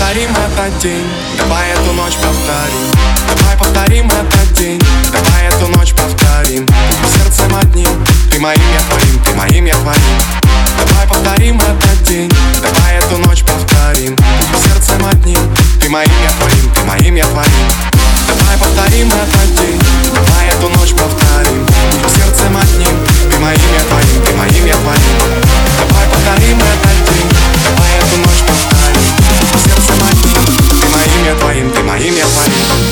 повторим этот день, давай эту ночь повторим. Давай повторим этот день, давай эту ночь повторим. Сердцем одним, ты моим, я твоим, ты моим, я твоим. Давай повторим этот день, давай эту ночь повторим. Сердцем одним, ты моим, я твоим, ты моим, я твоим. Давай повторим этот день, давай эту ночь повторим. Сердцем одним, ты моим, я твоим, ты моим, я твоим. Давай повторим этот день, давай эту ночь повторим. Сердцем одним, ты моим, я твоим, ты моим, я твоим.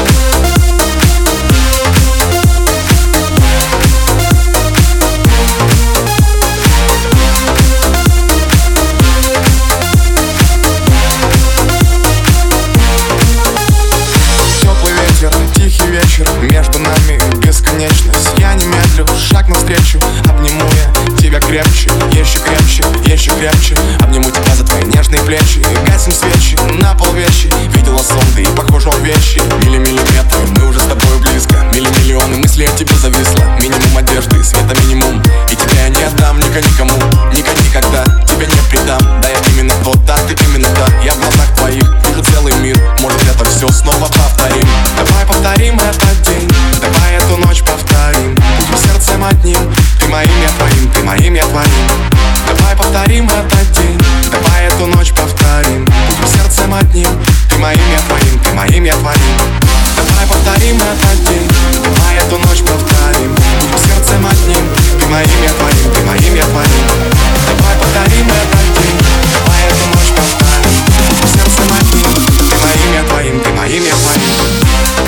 Тихий вечер, между нами бесконечность. Я не медлю, шаг навстречу. Обниму я тебя крепче, еще крепче, еще крепче. Обниму тебя за твои нежные плечи. Гасим свечи, на пол вещи. Видела сон, ты и похожа в вещи. Миллиметры, мы уже с тобой близко. Миллионы мыслей от тебя зависло. Минимум одежды, света минимум. И тебя я не отдам никому, никогда тебя не предам. Да я именно тот, да, ты именно та. Я в глазах твоих вижу целый мир. Может это все снова повторим. Давай повторим этот день, давай эту ночь повторим. Сердцем одним, ты моим, я твоим, ты моим, я твоим. Давай повторим этот день, давай эту ночь повторим. Сердцем одним, ты моим, я твоим, ты моим, я твоим. Давай повторим этот день, давай эту ночь повторим. Сердцем одним, ты моим, я твоим, ты моим, я твоим. Давай повторим этот день, давай эту ночь повторим. Сердцем одним, ты моим, я твоим, ты моим, я твоим.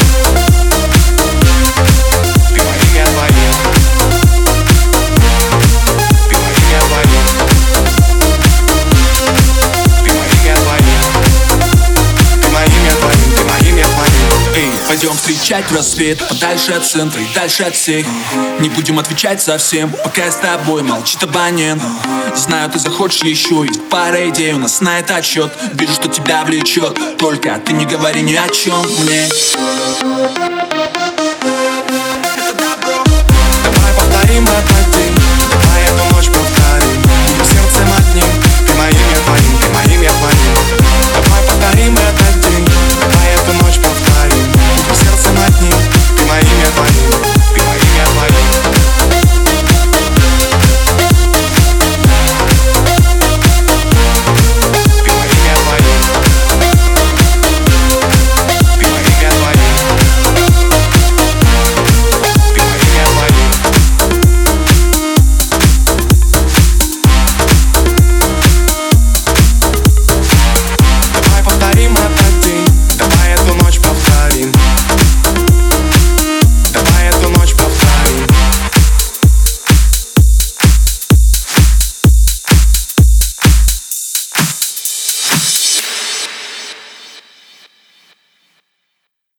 Пойдем встречать рассвет, подальше от центра и дальше от всех. Не будем отвечать совсем, пока я с тобой, молчит абонент. Знаю, ты захочешь еще, есть пара идей, у нас на этот счет. Вижу, что тебя влечет, только ты не говори ни о чем мне.